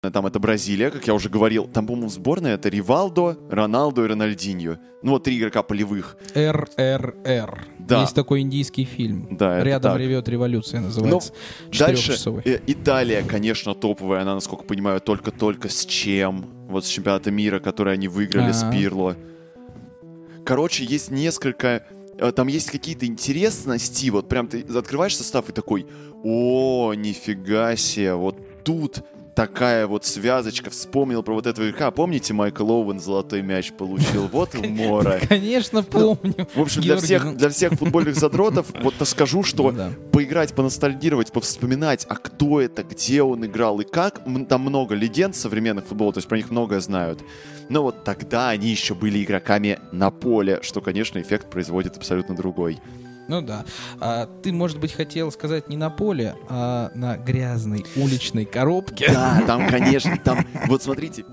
Там это Бразилия, как я уже говорил. Там, по-моему, сборная это Ривалдо, Роналдо и Рональдиньо. Ну вот 3 игрока полевых. РРР. Да. Есть такой индийский фильм. Да, «Рядом так. ревет революция» называется. Дальше 4-часовой. Италия, конечно, топовая. Она, насколько понимаю, только с чем? Вот с чемпионата мира, который они выиграли с Пирло. Короче, есть несколько... Там есть какие-то интересности. Вот прям ты открываешь состав и такой: о, нифига себе, вот тут такая вот связочка. Вспомнил про вот этого игрока. Помните, Майкл Оуэн золотой мяч получил? Вот умора. Конечно, помню. В общем, для всех футбольных задротов вот скажу, что поиграть, поностальгировать, повспоминать, а кто это, где он играл и как. Там много легенд современных футбола, то есть про них многое знают. Но вот тогда они еще были игроками на поле, что, конечно, эффект производит абсолютно другой. Ну да. Ты, может быть, хотел сказать не на поле, а на грязной уличной коробке. Да, там, конечно, там... Вот смотрите.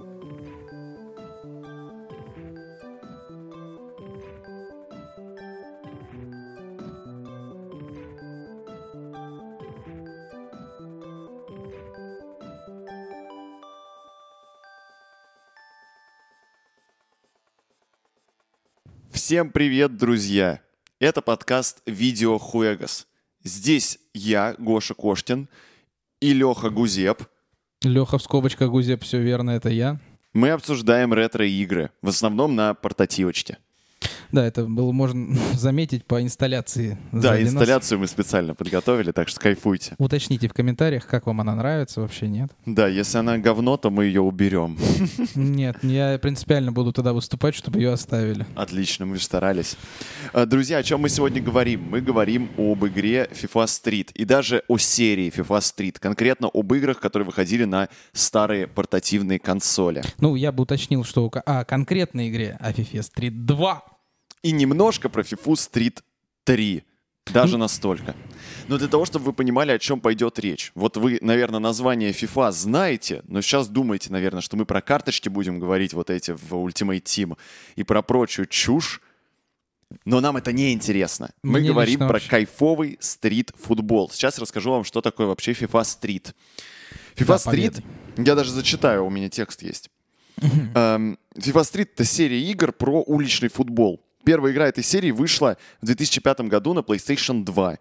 Всем привет, друзья! Это подкаст «Видео Хуэгос». Здесь я, Гоша Коштин, и Леха Гузеп. Леха в скобочках Гузеп, все верно, это я. Мы обсуждаем ретро-игры, в основном на портативочке. Да, это было можно заметить по инсталляции. Да, инсталляцию мы специально подготовили, так что кайфуйте. Уточните в комментариях, как вам она нравится, вообще нет? Да, если она говно, то мы ее уберем. Нет, я принципиально буду тогда выступать, чтобы ее оставили. Отлично, мы же старались. Друзья, о чем мы сегодня говорим? Мы говорим об игре FIFA Street и даже о серии FIFA Street, конкретно об играх, которые выходили на старые портативные консоли. Ну, я бы уточнил, что о конкретной игре, о FIFA Street 2. И немножко про FIFA Street 3. Даже настолько. Но для того, чтобы вы понимали, о чем пойдет речь. Вот вы, наверное, название FIFA знаете, но сейчас думаете, наверное, что мы про карточки будем говорить вот эти в Ultimate Team и про прочую чушь. Но нам это не интересно. Мы говорим про кайфовый стрит-футбол. Сейчас расскажу вам, что такое вообще FIFA Street. FIFA Street, я даже зачитаю, у меня текст есть. FIFA Street — это серия игр про уличный футбол. Первая игра этой серии вышла в 2005 году на PlayStation 2.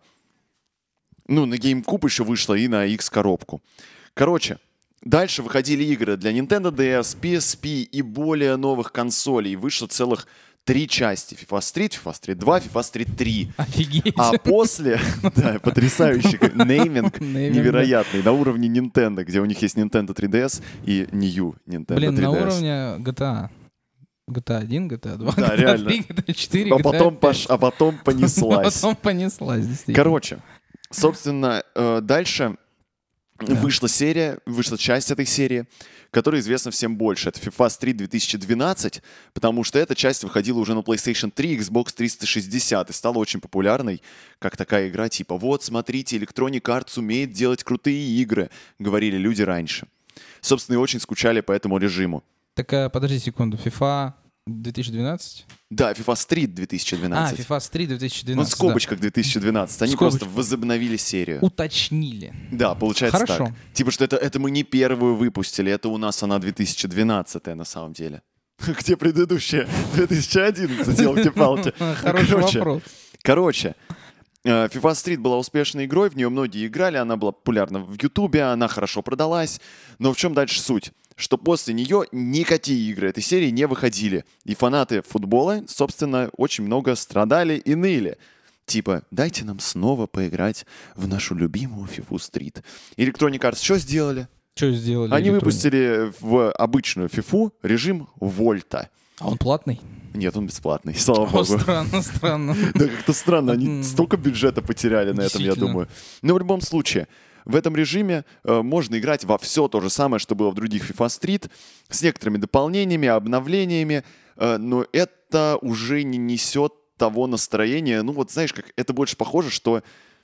Ну, на GameCube еще вышла и на X-коробку. Короче, дальше выходили игры для Nintendo DS, PSP и более новых консолей. Вышло целых 3 части. FIFA Street 2, FIFA Street 3. Офигеть. А после, да, потрясающий нейминг, невероятный, на уровне Nintendo, где у них есть Nintendo 3DS и New Nintendo 3DS. Блин, на уровне GTA. GTA 1, GTA 2, да, GTA реально. 3, GTA 4, а GTA 5. А потом понеслась. Потом понеслась, действительно. Короче, собственно, дальше вышла часть этой серии, которая известна всем больше. Это FIFA Street 2012, потому что эта часть выходила уже на PlayStation 3, Xbox 360 и стала очень популярной, как такая игра типа «Вот, смотрите, Electronic Arts умеет делать крутые игры», говорили люди раньше. Собственно, и очень скучали по этому режиму. Так, подожди секунду, FIFA 2012? Да, FIFA Street 2012. FIFA Street 2012. Ну, в скобочках 2012. Они просто возобновили серию. Уточнили. Да, получается Хорошо. так. Типа, что это мы не первую выпустили, это у нас она 2012 на самом деле. Где предыдущая? 2011, елки-палки. Хороший вопрос. Короче, FIFA Street была успешной игрой, в нее многие играли, она была популярна в Ютубе, она хорошо продалась. Но в чем дальше суть? Что после нее никакие игры этой серии не выходили. И фанаты футбола, собственно, очень много страдали и ныли. Типа, дайте нам снова поиграть в нашу любимую FIFA Street. Electronic Arts что сделали? Что сделали? Они выпустили в обычную FIFA режим Вольта. А он платный? Нет, он бесплатный, слава богу. Странно. Да, как-то странно, они столько бюджета потеряли на этом, я думаю. Но в любом случае, в этом режиме можно играть во все то же самое, что было в других FIFA Street, с некоторыми дополнениями, обновлениями, но это уже не несет того настроения. Ну вот знаешь, как это больше похоже, что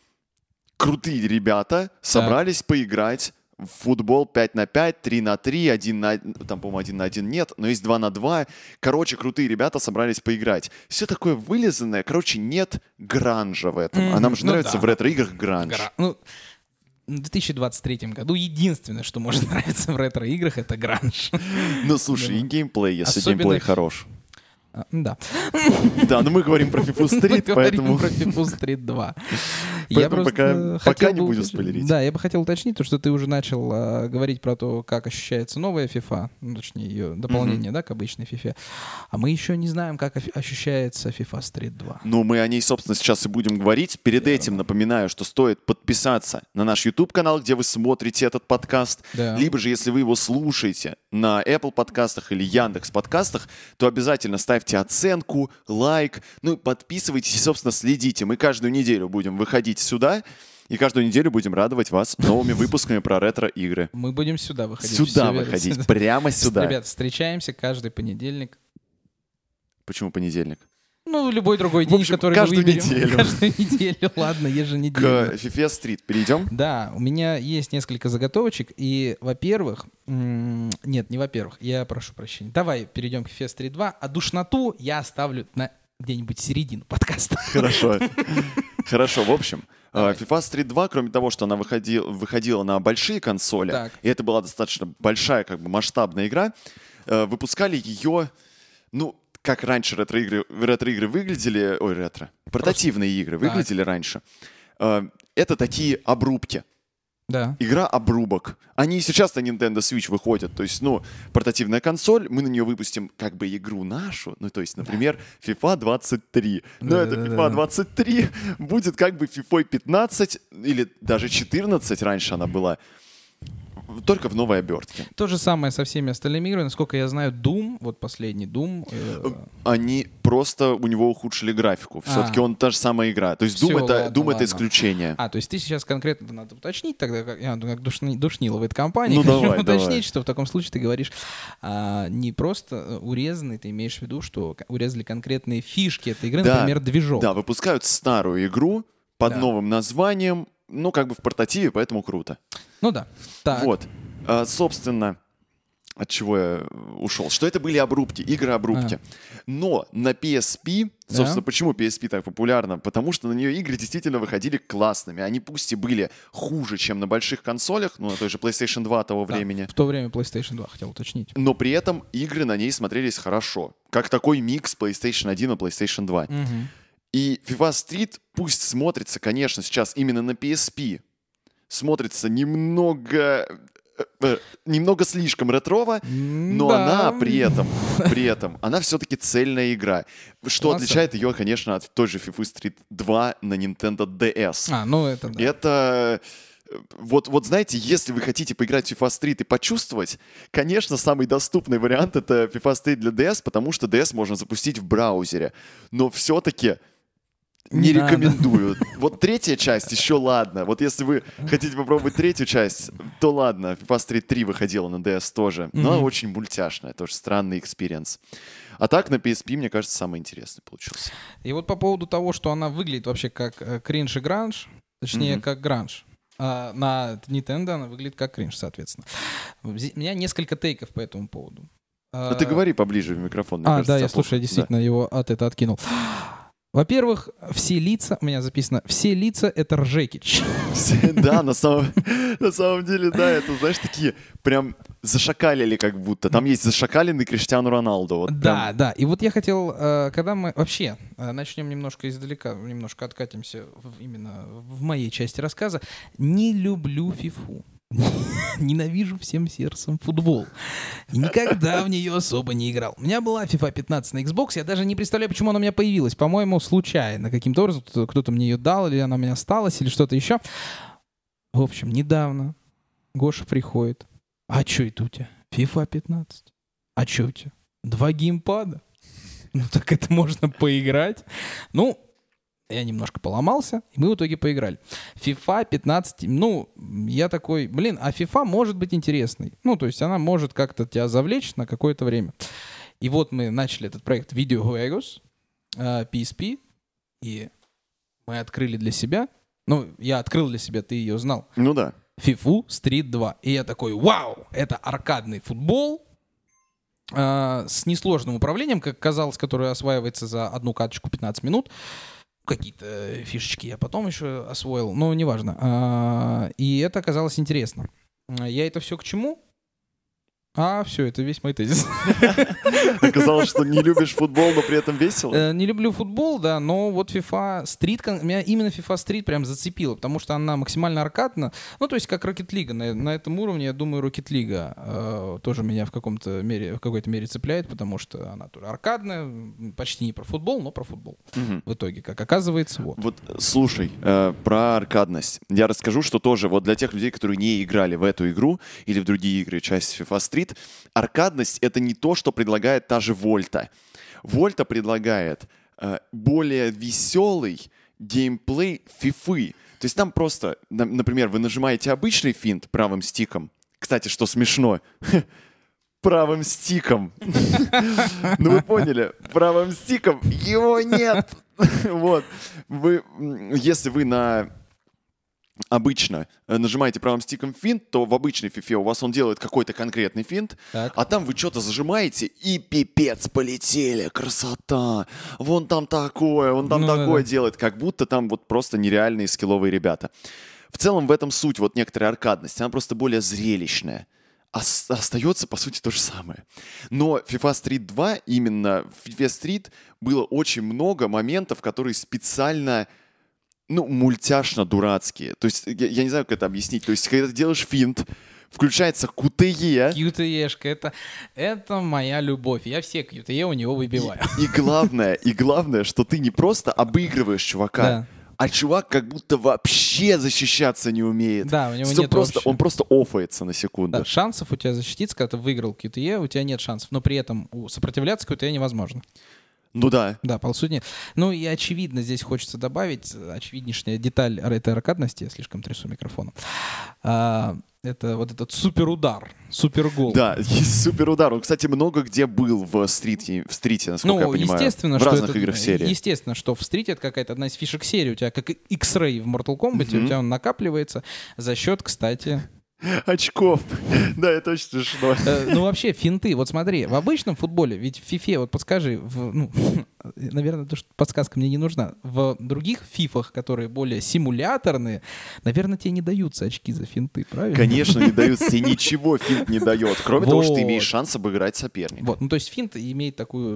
крутые ребята собрались поиграть в футбол 5-5, 3-3, 1 там, по-моему, 1-1 нет, но есть 2-2. Короче, крутые ребята собрались поиграть. Все такое вылизанное. Короче, нет гранжа в этом. А нам же нравится в ретро-играх гранж. в 2023 году единственное, что может нравиться в ретро-играх, это гранж. Ну, слушай, и геймплей, если Особенно- геймплей хорош. Да. Да, но мы говорим про FIFA Мы Street, говорим поэтому... про FIFA Street 2. Поэтому пока хотел не бы будем уточнить- спойлерить. Да, я бы хотел уточнить то, что ты уже начал говорить про то, как ощущается новая FIFA, ну, точнее, ее дополнение, да, к обычной FIFA. А мы еще не знаем, как ощущается FIFA Street 2. Ну, мы о ней, собственно, сейчас и будем говорить. Перед этим напоминаю, что стоит подписаться на наш YouTube-канал, где вы смотрите этот подкаст. Да. Либо же, если вы его слушаете на Apple подкастах или Яндекс подкастах, то обязательно ставьте оценку, лайк, ну и подписывайтесь и, собственно, следите. Мы каждую неделю будем выходить сюда и каждую неделю будем радовать вас новыми выпусками про ретро-игры. Мы будем сюда выходить. Сюда всё верно. выходить, прямо сюда. Ребят, встречаемся каждый понедельник. Почему понедельник? Ну, любой другой В день, общем, который каждую мы выберем. неделю. Каждую неделю, ладно, К еженедельно. FIFA Street перейдем? Да, у меня есть несколько заготовочек, и, во-первых, нет, не во-первых, я прошу прощения. Давай перейдем к FIFA Street 2, а душноту я оставлю на где-нибудь середину подкаста. Хорошо. Хорошо, в общем, Давай. FIFA Street 2, кроме того, что она выходила на большие консоли, Так. и это была достаточно большая, как бы масштабная игра, выпускали ее, ну, как раньше ретро-игры выглядели, портативные игры выглядели раньше. Это такие обрубки. Да. Игра обрубок. Они и сейчас на Nintendo Switch выходят. То есть, ну, портативная консоль, мы на нее выпустим как бы игру нашу. Ну, то есть, например, FIFA 23. Но эта FIFA 23 будет как бы FIFA 15 или даже 14 раньше она была. Только в новой обертке. То же самое со всеми остальными играми. Насколько я знаю, Doom, вот последний Doom. Они просто у него ухудшили графику. Все-таки он та же самая игра. То есть Всё, Doom, это, ладно, Doom это ладно. исключение. То есть ты сейчас конкретно надо уточнить тогда, как душнила в этой компании. Ну, давай, уточнить, давай. что в таком случае ты говоришь не просто урезанный, ты имеешь в виду, что урезали конкретные фишки этой игры, Да, например, движок. Да, выпускают старую игру под Да. новым названием, ну, как бы в портативе, поэтому круто. Ну да. Так. Вот. Собственно, от чего я ушел? Что это были обрубки, игры-обрубки. Но на PSP, собственно, Да. почему PSP так популярна? Потому что на нее игры действительно выходили классными. Они пусть и были хуже, чем на больших консолях, ну, на той же PlayStation 2 того Да, времени, в то время PlayStation 2, хотел уточнить. но при этом игры на ней смотрелись хорошо. Как такой микс PlayStation 1 и PlayStation 2. Мгм. И FIFA Street пусть смотрится, конечно, сейчас именно на PSP, смотрится немного слишком ретрово, но Да. она при этом, она все-таки цельная игра. Что Классно. отличает ее, конечно, от той же FIFA Street 2 на Nintendo DS. Ну это да. Это... Вот знаете, если вы хотите поиграть в FIFA Street и почувствовать, конечно, самый доступный вариант — это FIFA Street для DS, потому что DS можно запустить в браузере. Но все-таки не Не надо. рекомендую. Вот третья часть еще ладно. Вот если вы хотите попробовать третью часть, то ладно. FIFA Street 3 выходила на DS тоже. Но она очень мультяшная, тоже странный экспириенс. А так на PSP, мне кажется, самый интересный получился. И вот по поводу того, что она выглядит вообще как кринж и гранж, точнее, как гранж. А на Nintendo она выглядит как кринж, соответственно. У меня несколько тейков по этому поводу. А ты говори поближе в микрофон. мне кажется, Да, я тебя плохо. слушаю, я действительно его откинул. Во-первых, все лица, у меня записано, все лица — это Ржекич. Да, на самом деле, да, это, знаешь, такие прям зашакалили как будто. Там есть зашакаленный Криштиану Роналду. Вот Да, прям. да. И вот я хотел, когда мы вообще начнем немножко издалека, немножко откатимся именно в моей части рассказа, не люблю фифу. Ненавижу всем сердцем футбол. И никогда в нее особо не играл. У меня была FIFA 15 на Xbox, я даже не представляю, почему она у меня появилась. По-моему, случайно. Каким-то образом кто-то мне ее дал, или она у меня осталась, или что-то еще. В общем, недавно Гоша приходит. А что это у тебя? FIFA 15. А что у тебя? 2 геймпада? Ну так это можно поиграть. Ну, я немножко поломался, и мы в итоге поиграли. FIFA 15, я такой, а FIFA может быть интересной. Ну, то есть она может как-то тебя завлечь на какое-то время. И вот мы начали этот проект Video Juegos, PSP, и мы открыли для себя, я открыл для себя, ты ее знал, Ну да. FIFA Street 2. И я такой, вау, это аркадный футбол, с несложным управлением, как казалось, которое осваивается за одну каточку 15 минут. какие-то фишечки я потом еще освоил, но неважно. И это оказалось интересно. Я это все к чему? Все, это весь мой тезис. Оказалось, что не любишь футбол, но при этом весело? Не люблю футбол, да, но вот FIFA Street, меня именно FIFA Street прям зацепила, потому что она максимально аркадна. Ну, то есть как Rocket League. На этом уровне, я думаю, Rocket League тоже меня в какой-то мере цепляет, потому что она тоже аркадная, почти не про футбол, но про футбол. В итоге, как оказывается, вот. Вот, слушай, про аркадность. Я расскажу, что тоже вот для тех людей, которые не играли в эту игру или в другие игры, часть FIFA Street, аркадность — это не то, что предлагает та же Вольта. Вольта предлагает более веселый геймплей фифы. То есть там просто, например, вы нажимаете обычный финт правым стиком. Кстати, что смешно, правым стиком. Ну вы поняли, правым стиком его нет. Вот. Если вы обычно нажимаете правым стиком финт, то в обычной фифе у вас он делает какой-то конкретный финт, а там вы что-то зажимаете и пипец, полетели, красота, вон там такое, он там такое делает, как будто там вот просто нереальные скилловые ребята. В целом в этом суть вот некоторая аркадность, она просто более зрелищная. Остается, по сути, то же самое. Но FIFA Street 2, именно в FIFA Street было очень много моментов, которые специально мультяшно-дурацкие. То есть, я не знаю, как это объяснить. То есть, когда ты делаешь финт, включается QTE. QTE-шка, это моя любовь. Я все QTE у него выбиваю. И главное, что ты не просто обыгрываешь чувака, а чувак как будто вообще защищаться не умеет. Да, у него нет вообще. Он просто офается на секунду. Да, шансов у тебя защититься, когда ты выиграл QTE, у тебя нет шансов. Но при этом сопротивляться QTE невозможно. Ну да. Да, по сути нет. Ну и очевидно, здесь хочется добавить очевиднейшая деталь этой аркадности. Я слишком трясу микрофоном. Это вот этот суперудар, супергол. Да, есть суперудар. Он, кстати, много где был в стрите, насколько я понимаю. Естественно, в разных играх серии. Естественно, что в стрите это какая-то одна из фишек серии. У тебя как X-Ray в Mortal Kombat, у тебя он накапливается за счет, кстати... очков. Да, это очень смешно. Ну, вообще, финты. Вот смотри, в обычном футболе, ведь в фифе, вот подскажи, наверное, то, что подсказка мне не нужна. В других фифах, которые более симуляторные, наверное, тебе не даются очки за финты, правильно? Конечно, не даются. Тебе ничего финт не дает, кроме того, что ты имеешь шанс обыграть соперника. Вот, ну то есть финт имеет такую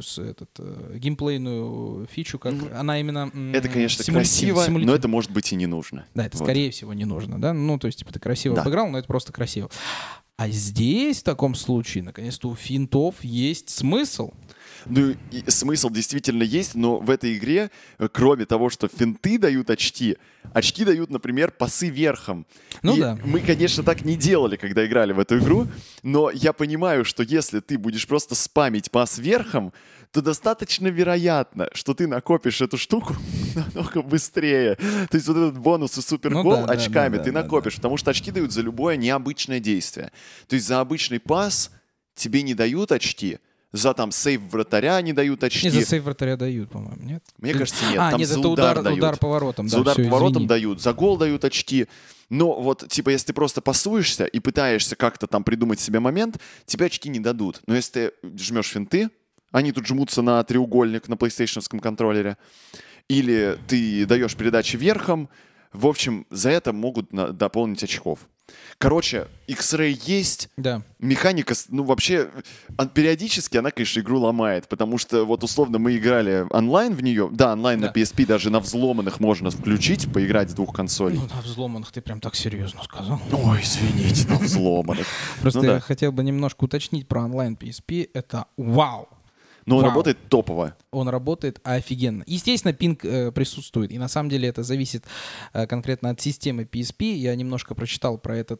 геймплейную фичу, как она именно... Это, конечно, красиво, но это, может быть, и не нужно. Да, это, скорее всего, не нужно, да? Ну, то есть, типа, ты красиво обыграл, но это просто красиво. А здесь, в таком случае, наконец-то у финтов есть смысл. Ну, и смысл действительно есть, но в этой игре, кроме того, что финты дают очки дают, например, пасы верхом. Да. Мы, конечно, так не делали, когда играли в эту игру, но я понимаю, что если ты будешь просто спамить пас верхом, то достаточно вероятно, что ты накопишь эту штуку намного быстрее. То есть вот этот бонус и супергол очками ты накопишь, потому что очки дают за любое необычное действие. То есть за обычный пас тебе не дают очки, за там сейв вратаря не дают очки. Не, за сейв вратаря дают, по-моему, нет? Мне кажется, нет. Там нет, за это удар дают. Удар поворотом. За удар поворотом дают, за гол дают очки. Но вот, типа, если ты просто пасуешься и пытаешься как-то там придумать себе момент, тебе очки не дадут. Но если ты жмешь финты, они тут жмутся на треугольник на PlayStation-овском контроллере, или ты даешь передачи верхом, в общем, за это могут дополнить очков. Короче, X-Ray есть, да. Механика, вообще, периодически она, конечно, игру ломает, потому что, вот, условно, мы играли онлайн в нее, онлайн на PSP, даже на взломанных можно включить, поиграть с двух консолей. На взломанных ты прям так серьезно сказал. Ой, извините, на взломанных. Просто я хотел бы немножко уточнить про онлайн PSP, это вау! Но он работает топово. Он работает офигенно. Естественно, пинг присутствует. И на самом деле это зависит конкретно от системы PSP. Я немножко прочитал про этот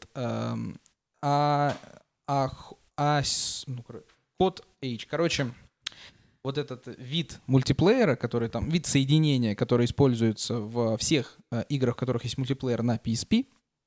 код H. Короче, вот этот вид мультиплеера, который там, вид соединения, который используется во всех играх, в которых есть мультиплеер на PSP.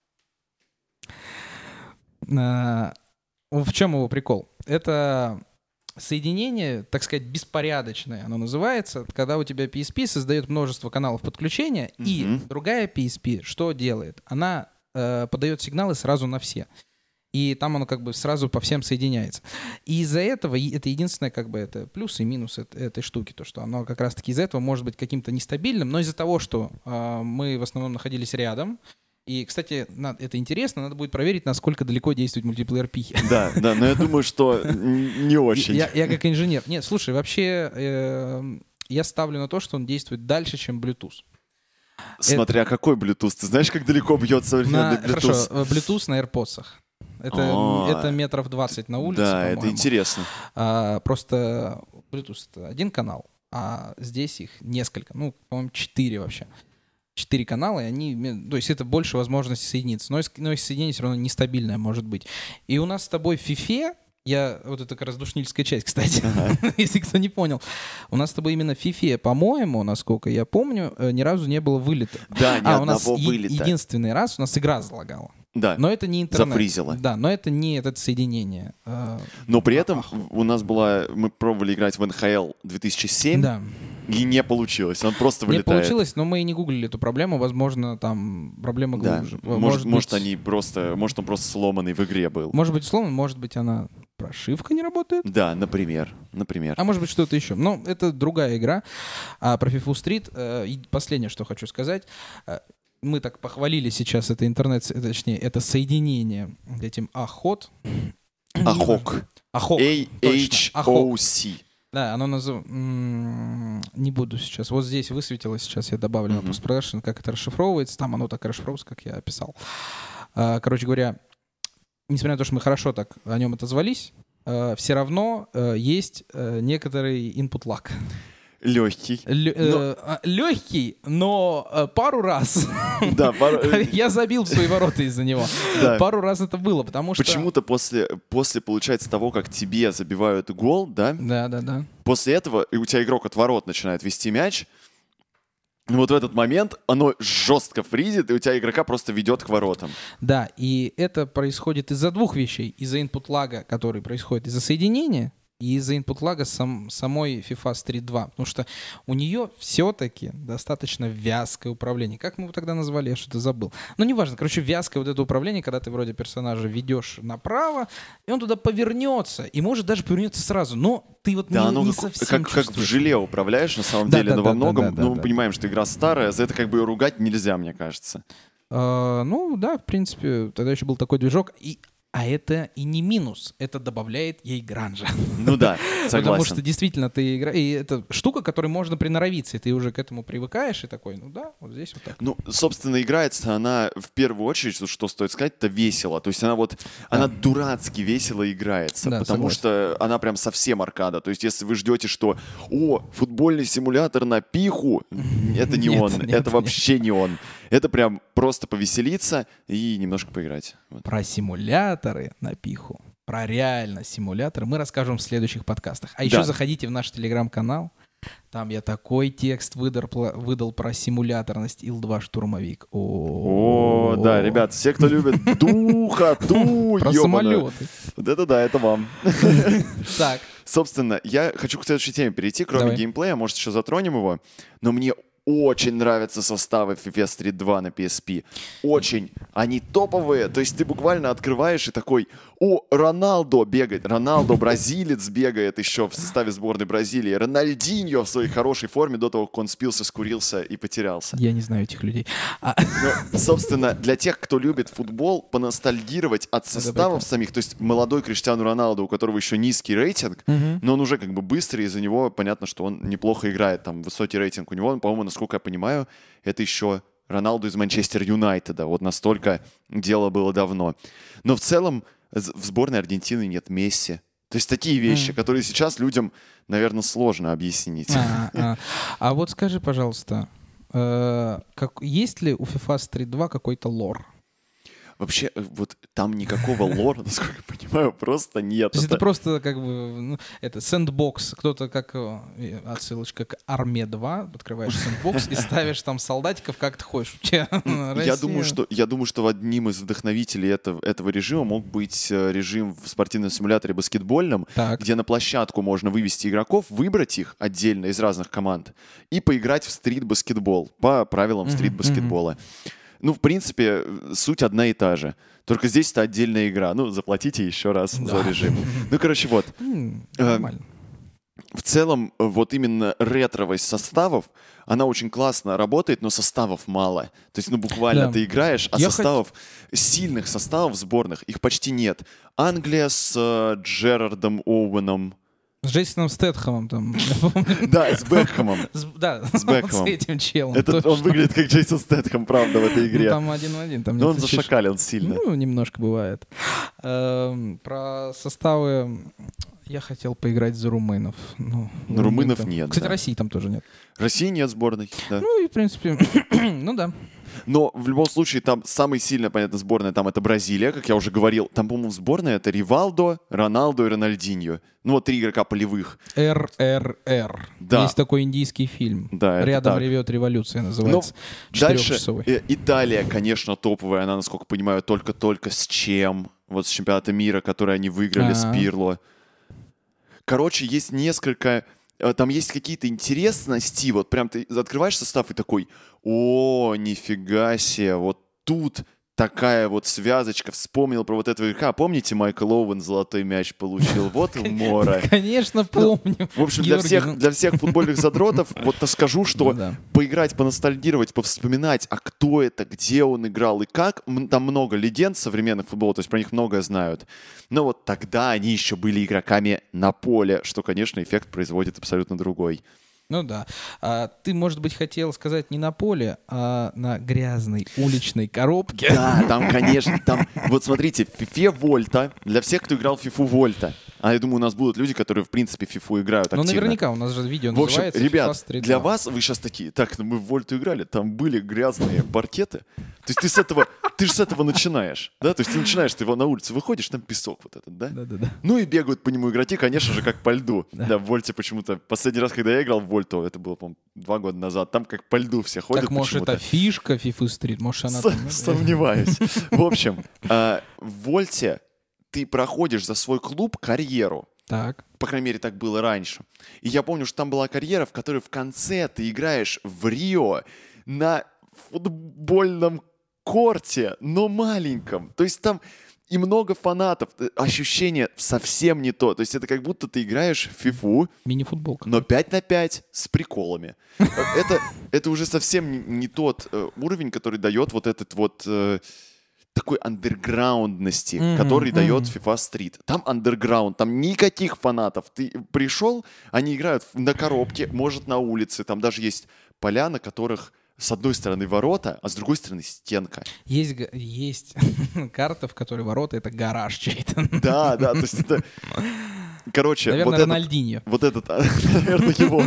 В чем его прикол? Это... соединение, так сказать, беспорядочное, оно называется, когда у тебя PSP создает множество каналов подключения, и другая PSP что делает? Она подает сигналы сразу на все. и там оно как бы сразу по всем соединяется. И из-за этого, это единственное как бы это плюс и минус этой штуки, то, что оно как раз-таки из-за этого может быть каким-то нестабильным, но из-за того, что мы в основном находились рядом, и, кстати, это интересно, надо будет проверить, насколько далеко действует мультиплеер Пихи. Да, но я думаю, что не очень. Я как инженер. Нет, слушай, вообще я ставлю на то, что он действует дальше, чем Bluetooth. Смотря какой Bluetooth. Ты знаешь, как далеко бьет современный Bluetooth? Хорошо, Bluetooth на AirPods. Это метров 20 на улице, Да, по-моему. это интересно. Просто Bluetooth — это один канал, а здесь их несколько. Ну, по-моему, 4 вообще. 4 канала, и они... То есть это больше возможностей соединиться. Но соединение все равно нестабильное может быть. И у нас с тобой в FIFA... Вот это как раз душнильская часть, кстати, если кто не понял. У нас с тобой именно в FIFA, по-моему, насколько я помню, ни разу не было вылета. Да, ни одного вылета. У нас единственный раз у нас игра залагала. Да, но это не интернет. зафризило. Да, но это не это соединение. Но при этом у нас мы пробовали играть в NHL 2007, да. И не получилось, он просто вылетает. Не получилось, но мы и не гуглили эту проблему, возможно, там проблема глубже. Да. Может, он просто сломанный в игре был. Может быть сломан, может быть прошивка не работает. Да, например. А может быть что-то еще. Но это другая игра. А про FIFA Street, и последнее, что хочу сказать. Мы так похвалили сейчас это это соединение этим Ахот. Ахок. AHOC. Да, оно называется... Не буду сейчас. Вот здесь высветилось. Сейчас я добавлю на постпродакшн, как это расшифровывается. Там оно так расшифровывается, как я описал. Короче говоря, несмотря на то, что мы хорошо так о нем отозвались, все равно есть некоторый input lag. Легкий. Легкий, но пару раз да, я забил в свои ворота из-за него. Да. Пару раз это было, потому что... Почему-то после, получается, того, как тебе забивают гол, да? Да. После этого у тебя игрок от ворот начинает вести мяч, и вот в этот момент оно жестко фризит, и у тебя игрока просто ведет к воротам. Да, и это происходит из-за двух вещей. Из-за инпут-лага, который происходит из-за соединения, и из-за инпут-лага самой FIFA Street 2. Потому что у нее все-таки достаточно вязкое управление. Как мы его тогда назвали? Я что-то забыл. Но неважно. Короче, вязкое вот это управление, когда ты вроде персонажа ведешь направо, и он туда повернется. И может даже повернется сразу. Но ты вот не совсем как в желе управляешь на самом деле. Но во многом мы понимаем, что игра старая. За это как бы ее ругать нельзя, мне кажется. Ну да, в принципе. Тогда еще был такой движок. А это и не минус, это добавляет ей гранжа. Ну да, согласен. Потому что действительно ты играешь, и это штука, которой можно приноровиться, и ты уже к этому привыкаешь, и такой, вот здесь вот так. Ну, собственно, играется она в первую очередь, что стоит сказать, это весело. То есть она дурацки весело играется, да, потому что она прям совсем аркада. То есть если вы ждете, что, футбольный симулятор на пиху, это не он, это вообще не он. Это прям просто повеселиться и немножко поиграть. Про симуляторы на пиху, про реально симуляторы мы расскажем в следующих подкастах. А еще заходите в наш телеграм-канал. Там я такой текст выдал про симуляторность Ил-2 штурмовик. Да, ребят, все, кто любит духоту, про самолеты. Вот это да, это вам. Так. Собственно, я хочу к следующей теме перейти, кроме геймплея, может, еще затронем его, но мне очень нравятся составы FIFA Street 2 на PSP. Очень. Они топовые. То есть ты буквально открываешь и такой, Роналдо бегает. Роналдо, бразилец, бегает еще в составе сборной Бразилии. Рональдиньо в своей хорошей форме до того, как он спился, скурился и потерялся. Я не знаю этих людей. Но, собственно, для тех, кто любит футбол, поностальгировать от составов самих, то есть молодой Криштиану Роналду, у которого еще низкий рейтинг, но он уже как бы быстрый, из-за него понятно, что он неплохо играет, там высокий рейтинг у него, он, по-моему, насколько я понимаю, это еще Роналду из Манчестер Юнайтеда, вот настолько дело было давно. Но в целом в сборной Аргентины нет Месси. То есть такие вещи, которые сейчас людям, наверное, сложно объяснить. А вот скажи, пожалуйста, есть ли у FIFA Street 2 какой-то лор? Вообще, вот там никакого лора, насколько я понимаю, просто нет. То есть это просто как бы, это сэндбокс, кто-то как, отсылочка к Арме 2, открываешь сэндбокс и ставишь там солдатиков, как ты хочешь. Я думаю, что одним из вдохновителей этого режима мог быть режим в спортивном симуляторе баскетбольном, где на площадку можно вывести игроков, выбрать их отдельно из разных команд и поиграть в стрит-баскетбол по правилам стрит-баскетбола. Ну, в принципе, суть одна и та же. Только здесь это отдельная игра. Ну, заплатите еще раз за режим. Ну, короче, вот. Нормально. В целом, вот именно ретровость составов, она очень классно работает, но составов мало. То есть, ну, буквально ты играешь, а сильных составов сборных, их почти нет. Англия с Джерардом Оуэном. С Джейсоном Стэтхэмом там. Да, с Бекхэмом. Да, с Бекхэмом. с этим челом. Он выглядит как Джейсон Стэтхэм, правда, в этой игре. Там 1-1. Но он зашакален сильно. Ну, немножко бывает. Про составы я хотел поиграть за румынов. Но румынов нет. Кстати, России там тоже нет. России нет сборной. Ну и, в принципе, ну да. Но в любом случае там самая сильная, понятно, сборная там это Бразилия, как я уже говорил. Там, по-моему, сборная это Ривалдо, Роналдо и Рональдиньо. Ну вот 3 игрока полевых. РРР. Да. Есть такой индийский фильм. Да, «Рядом ревет революция» называется. Дальше 4-часовой. Италия, конечно, топовая. Она, насколько понимаю, только с чем? Вот с чемпионата мира, который они выиграли с Пирло. Короче, есть несколько... Там есть какие-то интересности. Вот прям ты открываешь состав и такой: о, нифига себе, вот тут такая вот связочка. Вспомнил про вот этого игрока. Помните, Майкл Оуэн золотой мяч получил? Вот умора. Конечно, помню. В общем, для всех футбольных задротов вот-то скажу, что поиграть, поностальгировать, повспоминать, а кто это, где он играл и как. Там много легенд современных футбола, то есть про них многое знают. Но вот тогда они еще были игроками на поле, что, конечно, эффект производит абсолютно другой. Ну да. Ты, может быть, хотел сказать не на поле, а на грязной уличной коробке. Да, там, конечно, там... Вот смотрите, в FIFA Вольта, для всех, кто играл в FIFA Вольта, а я думаю, у нас будут люди, которые, в принципе, в FIFA играют активно. Ну, наверняка, у нас же видео в общем, называется ребят, FIFA Street для 2. вас, вы сейчас такие: так, мы в Вольту играли, там были грязные паркеты. То есть ты же с этого начинаешь, да? То есть ты на улице выходишь, там песок вот этот, да? Да. Ну и бегают по нему игроки, конечно же, как по льду. Да, в Вольте почему-то... Последний раз, когда я играл в Вольту, это было, по-моему, 2 года назад, там как по льду все ходят. Так, может, это фишка FIFA Street? Может, она там... Сомневаюсь. В общем, в Вольте ты проходишь за свой клуб карьеру. Так. По крайней мере, так было раньше. И я помню, что там была карьера, в которой в конце ты играешь в Рио на футбольном корте, но маленьком. То есть там и много фанатов. Ощущение совсем не то. То есть это как будто ты играешь в фифу, мини-футболка, но 5 на 5 с приколами. Это уже совсем не тот уровень, который дает вот этот вот... такой андерграундности, который дает FIFA Street. Там андерграунд, там никаких фанатов. Ты пришел, они играют на коробке, может, на улице. Там даже есть поля, на которых с одной стороны ворота, а с другой стороны стенка. Есть карта, в которой ворота — это гараж чей-то. Да, то есть это... Короче, наверное, Рональдиньо. Вот этот, наверное, его.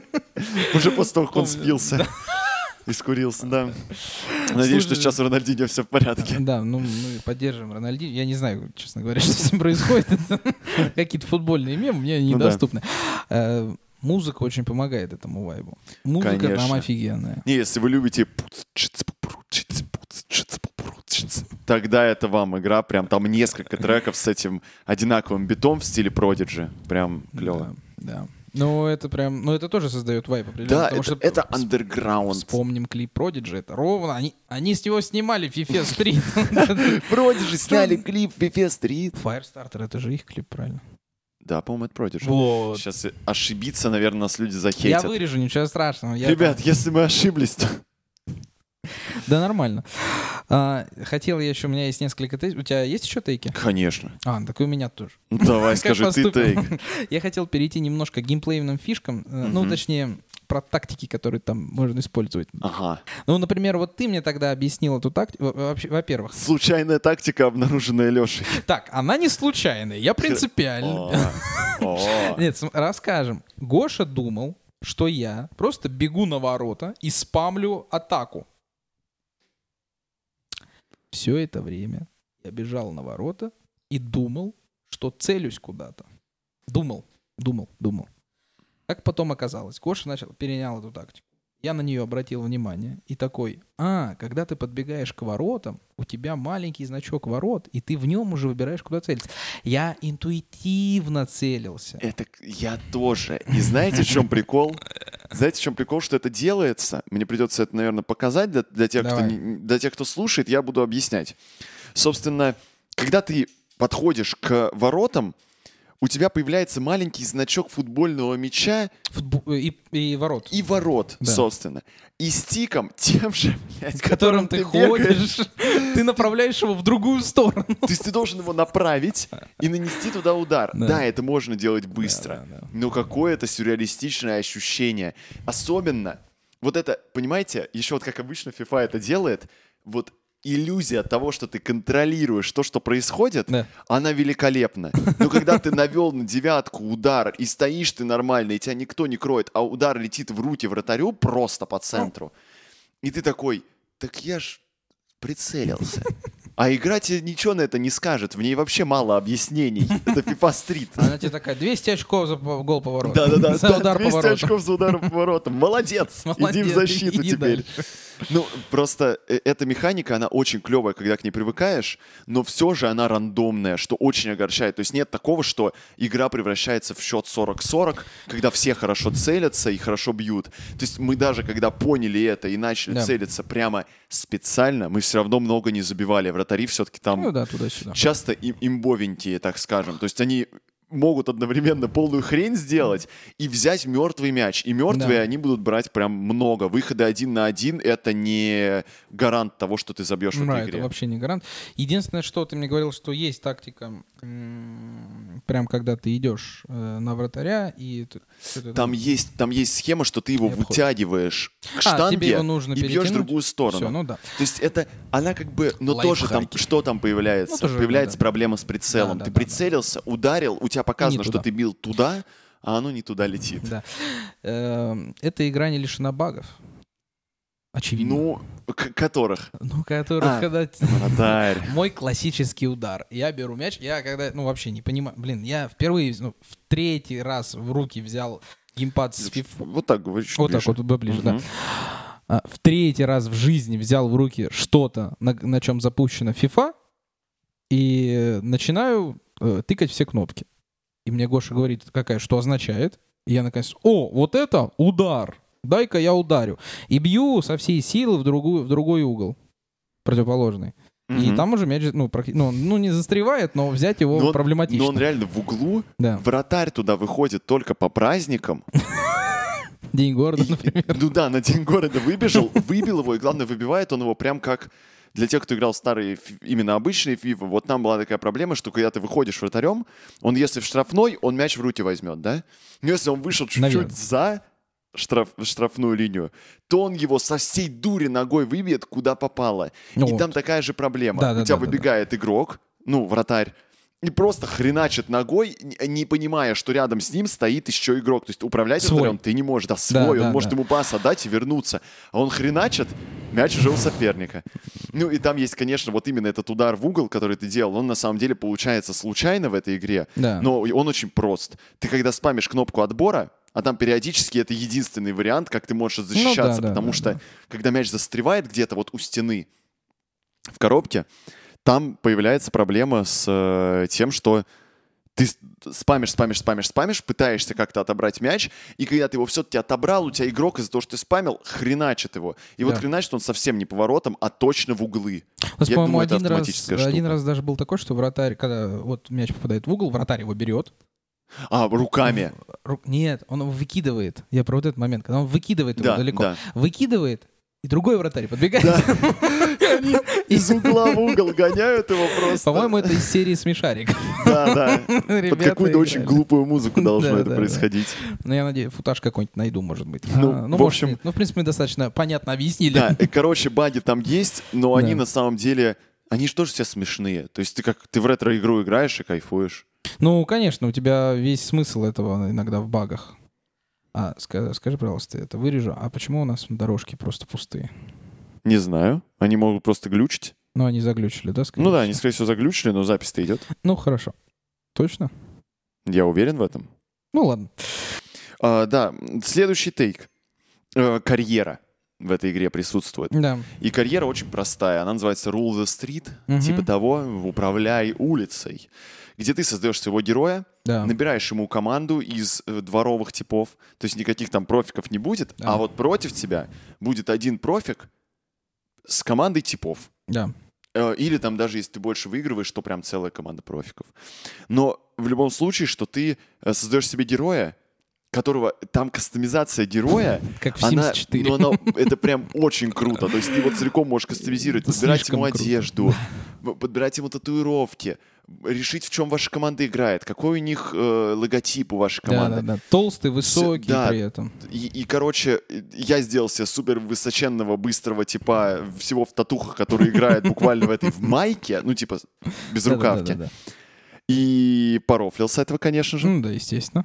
Уже после того, как он спился. И скурился, да. Надеюсь, что сейчас у Рональдиньо все в порядке. Да, ну мы поддерживаем Рональдиньо. Я не знаю, честно говоря, что с ним происходит. Какие-то футбольные мемы мне недоступны. Музыка очень помогает этому вайбу. Музыка там офигенная. Не, если вы любите... Тогда это вам игра. Прям там несколько треков с этим одинаковым битом в стиле Prodigy. Прям клево. Да. Ну, это прям... Ну, это тоже создает вайп определенно. Да, это андерграунд. Вспомним клип Prodigy. Это ровно... Они с него снимали FIFA Street. Prodigy сняли клип FIFA Street. Firestarter — это же их клип, правильно? Да, по-моему, это Prodigy. Вот. Сейчас ошибиться, наверное, нас люди захейтят. Я вырежу, ничего страшного. Ребят, если мы ошиблись, то... Да, нормально. Хотел я еще, у меня есть несколько тейков. У тебя есть еще тейки? Конечно. Так и у меня тоже. Давай, скажи ты тейк. Я хотел перейти немножко к геймплейным фишкам, ну, точнее, про тактики, которые там можно использовать. Ага. Ну, например, вот ты мне тогда объяснил эту тактику. Во-первых... Случайная тактика, обнаруженная Лешей. Так, она не случайная, я принципиально. Нет, расскажем. Гоша думал, что я просто бегу на ворота и спамлю атаку. Все это время я бежал на ворота и думал, что целюсь куда-то. Думал. Как потом оказалось, Гоша перенял эту тактику. Я на нее обратил внимание и такой: когда ты подбегаешь к воротам, у тебя маленький значок ворот, и ты в нем уже выбираешь, куда целиться. Я интуитивно целился. Это я тоже. И знаете, в чем прикол? Знаете, в чем прикол, что это делается? Мне придется это, наверное, показать для тех, для тех, кто слушает, я буду объяснять. Собственно, когда ты подходишь к воротам, у тебя появляется маленький значок футбольного мяча и ворот. И ворот, да. Собственно. И стиком, тем же, блядь, которым ты ходишь, ты направляешь его в другую сторону. То есть ты должен его направить и нанести туда удар. Да, это можно делать быстро. Но какое-то сюрреалистичное ощущение. Особенно, вот это, понимаете, еще вот как обычно FIFA это делает, вот иллюзия того, что ты контролируешь то, что происходит, она великолепна. Но когда ты навел на девятку удар, и стоишь ты нормально, и тебя никто не кроет, а удар летит в руки вратарю просто по центру, и ты такой, так я ж прицелился. А игра тебе ничего на это не скажет. В ней вообще мало объяснений. Это FIFA Street. Она тебе такая, 200 очков за гол по воротам. Да-да-да, за удар 200 по воротам. очков за удар по воротам. Молодец. Иди в защиту теперь. Ну, просто эта механика, она очень клевая, когда к ней привыкаешь, но все же она рандомная, что очень огорчает. То есть нет такого, что игра превращается в счет 40-40, когда все хорошо целятся и хорошо бьют. То есть мы даже, когда поняли это и начали целиться прямо специально, мы все равно много не забивали. Вратари все-таки там туда-сюда. Часто имбовенькие, так скажем. То есть они могут одновременно полную хрень сделать и взять мертвый мяч. И мертвые они будут брать прям много. Выходы 1 на 1 — это не гарант того, что ты забьешь в этой игре. Это вообще не гарант. Единственное, что ты мне говорил, что есть тактика, прям когда ты идешь на вратаря и... Там есть схема, что ты его вытягиваешь к штанге и бьешь в другую сторону. Все, То есть это, она как бы... Но тоже там, что там появляется? Появляется проблема с прицелом. Ты прицелился, ударил, у тебя показано, что ты бил туда, а оно не туда летит. Да. Эта игра не лишена багов. Очевидно. Ну, которых? Когда... Вратарь. Мой классический удар. Я беру мяч, я когда... вообще не понимаю. Я впервые, в третий раз в руки взял геймпад с FIFA. Вот так говоришь. Вот так вот, ближе, да. В третий раз в жизни взял в руки что-то, на чем запущена FIFA, и начинаю тыкать все кнопки. И мне Гоша говорит, что означает? И я наконец, вот это удар. Дай-ка я ударю. И бью со всей силы в другой угол, противоположный. И там уже мяч, не застревает, но взять его проблематично. Но он реально в углу. Да. Вратарь туда выходит только по праздникам. День города, например. На День города выбил его, и главное, выбивает он его прям как... Для тех, кто играл старые, именно обычные FIFA, вот там была такая проблема, что когда ты выходишь вратарем, он если в штрафной, он мяч в руки возьмет, да? Но если он вышел чуть-чуть за штрафную линию, то он его со всей дури ногой выбьет, куда попало. И там такая же проблема. У тебя выбегает игрок, вратарь, и просто хреначит ногой, не понимая, что рядом с ним стоит еще игрок. То есть управлять вратарем ты не можешь. Он может ему пас отдать и вернуться. А он хреначит, мяч уже у соперника. И там есть, конечно, вот именно этот удар в угол, который ты делал, он на самом деле получается случайно в этой игре, но он очень прост. Ты когда спамишь кнопку отбора, а там периодически это единственный вариант, как ты можешь защищаться, потому что когда мяч застревает где-то вот у стены в коробке, там появляется проблема с тем, что ты спамишь, пытаешься как-то отобрать мяч, и когда ты его все-таки отобрал, у тебя игрок из-за того, что ты спамил, хреначит его. И вот хреначит он совсем не поворотом, а точно в углы. Я думаю, это автоматическая штука. Один раз даже был такой, что вратарь, когда вот мяч попадает в угол, вратарь его берет. Руками. Нет, он его выкидывает. Я про вот этот момент, когда он выкидывает его далеко. Выкидывает, и другой вратарь подбегает. Они из угла в угол гоняют его просто. По-моему, это из серии «Смешарик». Да. Под какую-то очень глупую музыку должно это происходить. Я надеюсь, футаж какой-нибудь найду, может быть. В общем... в принципе, мы достаточно понятно объяснили. Да, баги там есть, но они на самом деле... Они же тоже все смешные. То есть ты в ретро-игру играешь и кайфуешь. Конечно, у тебя весь смысл этого иногда в багах. Скажи, пожалуйста, это вырежу. А почему у нас дорожки просто пустые? Не знаю. Они могут просто глючить. Они заглючили, да? Они, скорее всего, заглючили, но запись-то идет. Хорошо. Точно? Я уверен в этом. Ладно. Да, следующий тейк. Карьера в этой игре присутствует. Да. И карьера очень простая. Она называется Rule the Street. Типа того, управляй улицей. Где ты создаешь своего героя, Да. набираешь ему команду из дворовых типов, то есть никаких там профиков не будет, Да. а вот против тебя будет один профик с командой типов. Да. Или там даже если ты больше выигрываешь, то прям целая команда профиков. Но в любом случае, что ты создаешь себе героя, которого там кастомизация героя, Как в она, Sims 4. ну, она, это прям очень круто. То есть ты вот целиком можешь кастомизировать, Это подбирать слишком ему круто. одежду, подбирать ему татуировки, решить, в чем ваша команда играет, какой у них логотип у вашей команды. Да. Толстый, высокий Да. при этом. И, короче, я сделал себе супер высоченного, быстрого типа всего в татухах, который играет буквально в майке, ну, типа, без рукавки. Да. И порофлил с этого, конечно же. Ну да, естественно.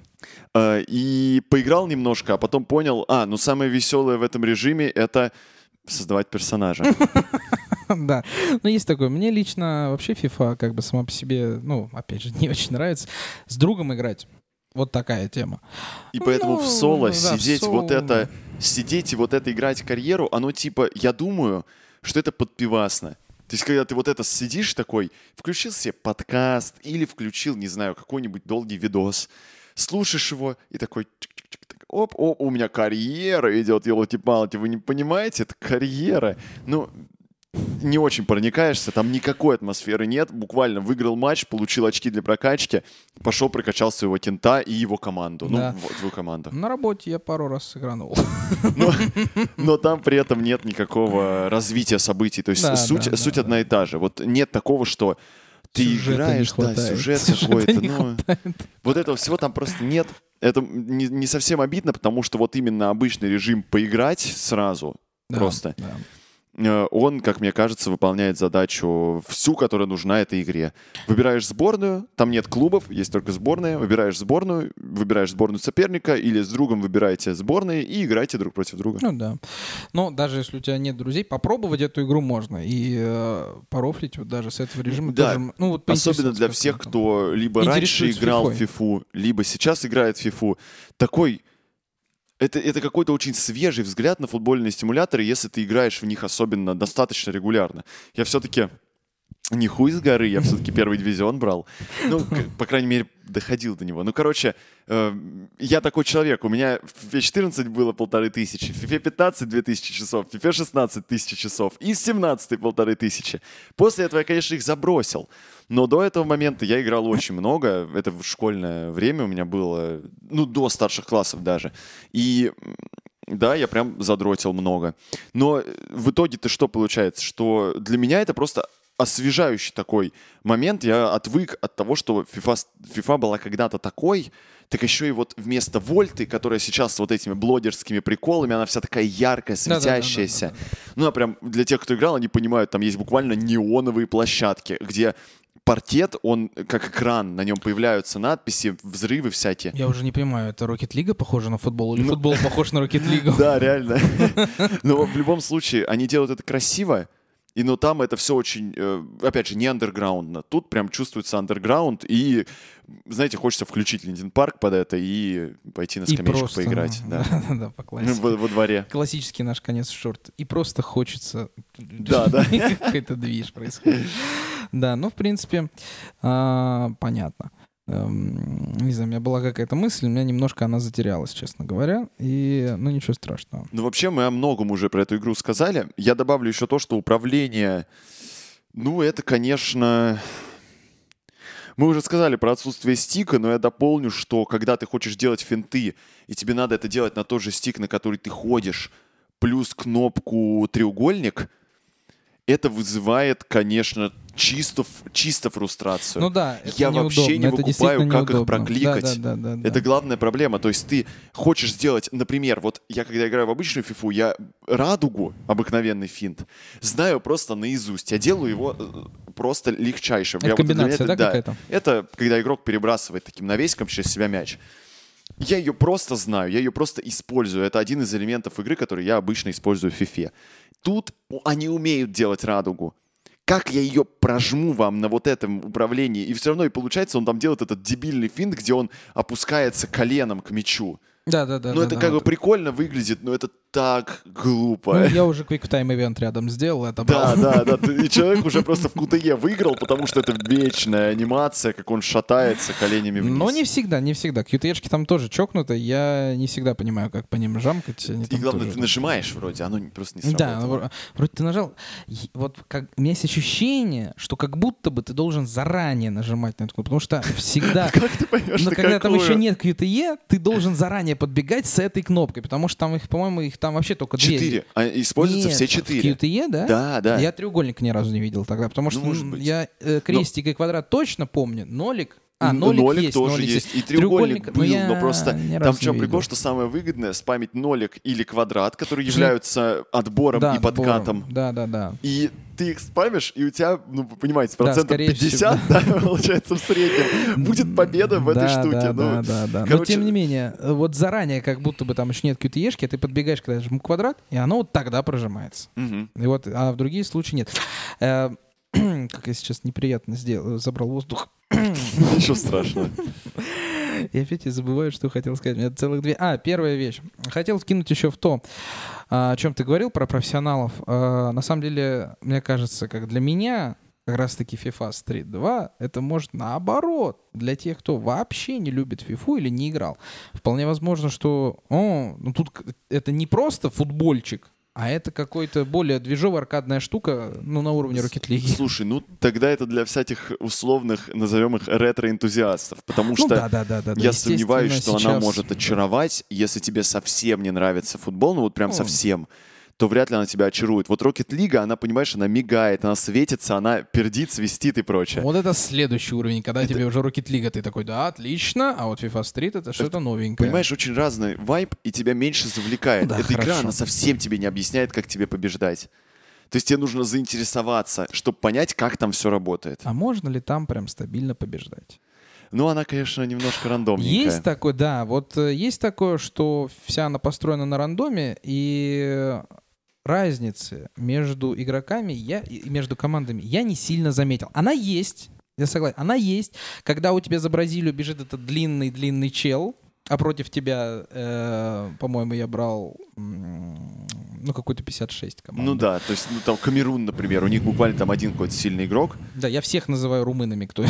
И поиграл немножко, а потом понял, ну, самое веселое в этом режиме — это создавать персонажа. Да. Но есть такое. Мне лично вообще FIFA как бы сама по себе, ну, опять же, не очень нравится. С другом играть. Вот такая тема. И поэтому в соло да, сидеть в соло. вот это, сидеть и вот это играть карьеру, оно типа, я думаю, что это подпивасно. То есть, когда ты вот это сидишь такой, включил себе подкаст или включил, не знаю, какой-нибудь долгий видос, слушаешь его и такой, чик-чик-чик, оп, у меня карьера идет, елки-палки, вы не понимаете, это карьера. Ну, не очень проникаешься, там никакой атмосферы нет, буквально выиграл матч, получил очки для прокачки, пошел прокачал своего кента и его команду, Да. ну, вот твою команду. На работе я пару раз сыгранул. Но там при этом нет никакого развития событий, то есть Да, суть одна и та же. Вот нет такого, что ты Сюжета не играешь, да, хватает. сюжет Сюжета какой-то, не ну, вот этого всего там просто нет. Это не совсем обидно, потому что вот именно обычный режим поиграть сразу Да, просто, да. он, как мне кажется, выполняет задачу всю, которая нужна этой игре. Выбираешь сборную, там нет клубов, есть только сборная. Выбираешь сборную соперника, или с другом выбираете сборные и играете друг против друга. Ну да. Но даже если у тебя нет друзей, попробовать эту игру можно. И порофлить вот даже с этого режима Да. тоже. Ну, вот Особенно поинтересоваться, для как всех, оно там. кто либо раньше Интересуется играл в фифой. фифу, либо сейчас играет в фифу. Такой... Это какой-то очень свежий взгляд на футбольные стимуляторы, если ты играешь в них особенно достаточно регулярно. Я все-таки не хуй с горы, я все-таки первый дивизион брал. Ну, по крайней мере, доходил до него. Ну, короче, я такой человек. У меня в FIFA 14 было 1500, в FIFA 15 2000 часов, в FIFA 16 1000 часов и в 17 1500. После этого я, конечно, их забросил. Но до этого момента я играл очень много. Это в школьное время у меня было, ну, до старших классов даже. И да, я прям задротил много. Но в итоге-то что получается? Что для меня это просто освежающий такой момент. Я отвык от того, что FIFA была когда-то такой, так еще и вот вместо вольты, которая сейчас с вот этими блогерскими приколами, она вся такая яркая, светящаяся. Ну, а прям для тех, кто играл, они понимают, там есть буквально неоновые площадки, где паркет, он как экран, на нем появляются надписи, взрывы всякие. Я уже не понимаю, это Rocket League похоже на футбол или футбол похож на Rocket League? Да, реально. Но в любом случае, они делают это красиво, но там это все очень, опять же, не андерграундно. Тут прям чувствуется андерграунд, и, знаете, хочется включить Линкин Парк под это и пойти на скамеечку поиграть. Да, по классике. Во дворе. Классический наш конец шорт. И просто хочется... Да. Какой-то движ происходит. Да, ну, в принципе, понятно. Не знаю, у меня была какая-то мысль, у меня немножко она затерялась, честно говоря. И, ну, ничего страшного. Ну, вообще, мы о многом уже про эту игру сказали. Я добавлю еще то, что управление... Ну, это, конечно... Мы уже сказали про отсутствие стика, но я дополню, что когда ты хочешь делать финты, и тебе надо это делать на тот же стик, на который ты ходишь, плюс кнопку треугольник, это вызывает, конечно, чисто фрустрацию. Ну да, это я неудобно, вообще не это выкупаю, действительно как их неудобно. прокликать. Да. Это главная проблема. То есть ты хочешь сделать, например, вот я когда играю в обычную фифу, я радугу, обыкновенный финт, знаю просто наизусть. Я делаю его просто легчайшим. Это комбинация, да, какая-то? Это когда игрок перебрасывает таким навесиком через себя мяч. Я ее просто знаю, я ее просто использую. Это один из элементов игры, который я обычно использую в фифе. Тут они умеют делать радугу. Как я ее прожму вам на вот этом управлении, и все равно и получается, он там делает этот дебильный финт, где он опускается коленом к мячу. Да. Ну, это как бы прикольно выглядит, но это так глупо. Ну, я уже Quick Time Event рядом сделал, это Да. И человек уже просто в QTE выиграл, потому что это вечная анимация, как он шатается коленями вниз. Но не всегда. QTE-шки там тоже чокнуты, я не всегда понимаю, как по ним жамкать. И главное, ты нажимаешь вроде, оно просто не сработало. Да, вроде ты нажал. Вот как, у меня есть ощущение, что как будто бы ты должен заранее нажимать на эту кнопку, потому что всегда... Как ты поймешь, Но когда там какую? еще нет QTE, ты должен заранее подбегать с этой кнопкой, потому что там их, по-моему, их там вообще только 2. 4. А используются все 4. В QTE, да? Да. Я треугольник ни разу не видел тогда, потому что может быть. я крестик и квадрат точно помню, нолик... нолик есть, тоже нолик есть. И треугольник был, я но просто ни там разу в чем не прикол, видел. что самое выгодное — спамить нолик или квадрат, которые являются отбором Да, и подкатом. Да. И ты их спамишь, и у тебя, ну, вы понимаете, Да, процентов скорее 50, да, получается, в среднем. Будет победа в этой штуке. Да. Но короче, тем не менее, вот заранее, как будто бы там еще нет QTE-шки, а ты подбегаешь, когда я жму квадрат, и оно вот тогда прожимается. мгм. И вот, а в другие случаи нет. Как я сейчас неприятно сделал, забрал воздух. Ничего страшного. И опять я забываю, что хотел сказать. У меня целых 2. Первая вещь. Хотел вкинуть еще в то, о чем ты говорил про профессионалов. На самом деле, мне кажется, как для меня, как раз-таки FIFA Street 2, это может наоборот. Для тех, кто вообще не любит FIFA или не играл. Вполне возможно, что ну тут это не просто футбольчик, а это какой-то более движовая аркадная штука, ну, на уровне Rocket League. Слушай, ну тогда это для всяких условных, назовем их, ретро-энтузиастов, потому что Да. я сомневаюсь, что сейчас... она может очаровать, если тебе совсем не нравится футбол, ну вот прям Ну. совсем, то вряд ли она тебя очарует. Вот Rocket League, она, понимаешь, она мигает, она светится, она пердит, свистит и прочее. Вот это следующий уровень, когда тебе уже Rocket League, ты такой, да, отлично, а вот FIFA Street это что-то новенькое. Понимаешь, очень разный вайб, и тебя меньше завлекает. Да, Эта игра, хорошо. она совсем тебе не объясняет, как тебе побеждать. То есть тебе нужно заинтересоваться, чтобы понять, как там все работает. А можно ли там прям стабильно побеждать? Ну, она, конечно, немножко рандомненькая. Есть такое, да, вот есть такое, что вся она построена на рандоме, и разницы между игроками и между командами я не сильно заметил. Она есть, я согласен, она есть, когда у тебя за Бразилию бежит этот длинный чел, а против тебя, по-моему, я брал какой-то 56 команды. Ну да, то есть, ну там Камерун, например, у них буквально там один какой-то сильный игрок. Да, я всех называю румынами, кто...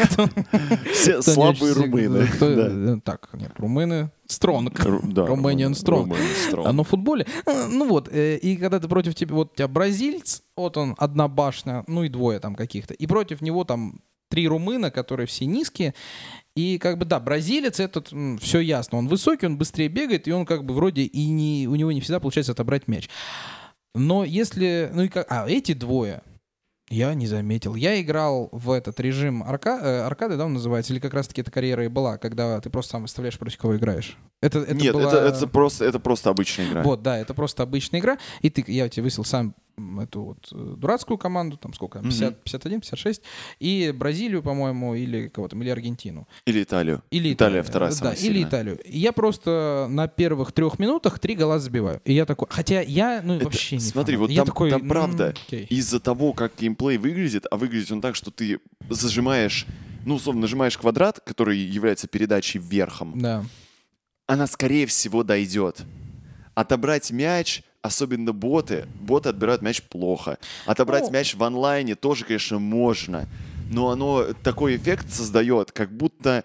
Все слабые румыны. Да. Так, нет, румыны. Стронг. Да, Romanian Strong. Romanian Strong. Но в футболе... Ну вот, и когда ты против тебя... Вот у тебя бразилец, вот он, одна башня, ну и двое там каких-то. И против него там 3 румына, которые все низкие. И как бы, да, бразилец этот, все ясно. Он высокий, он быстрее бегает, и он как бы вроде и у него не всегда получается отобрать мяч. Но если... эти двое... Я не заметил. Я играл в этот режим аркады, да, он называется, или как раз-таки эта карьера и была, когда ты просто сам выставляешь, против кого играешь. Нет, была... это просто обычная игра. Вот, да, это просто обычная игра. И я тебе высыл сам эту вот дурацкую команду, там сколько, 50, 51, 56, и Бразилию, по-моему, или кого-то, или Аргентину. Или Италию. Или Италия вторая самая Да, сильная. или Италию. И я просто на первых 3 минутах 3 гола забиваю. И я такой... Хотя я, вообще не Смотри, фанат. вот Я там, такой, там правда, окей. из-за того, как геймплей выглядит, а выглядит он так, что ты зажимаешь, ну, условно, нажимаешь квадрат, который является передачей вверхом, Да. она, скорее всего, дойдет. Отобрать мяч, особенно боты отбирают мяч плохо. Отобрать мяч в онлайне тоже, конечно, можно. Но оно такой эффект создает, как будто...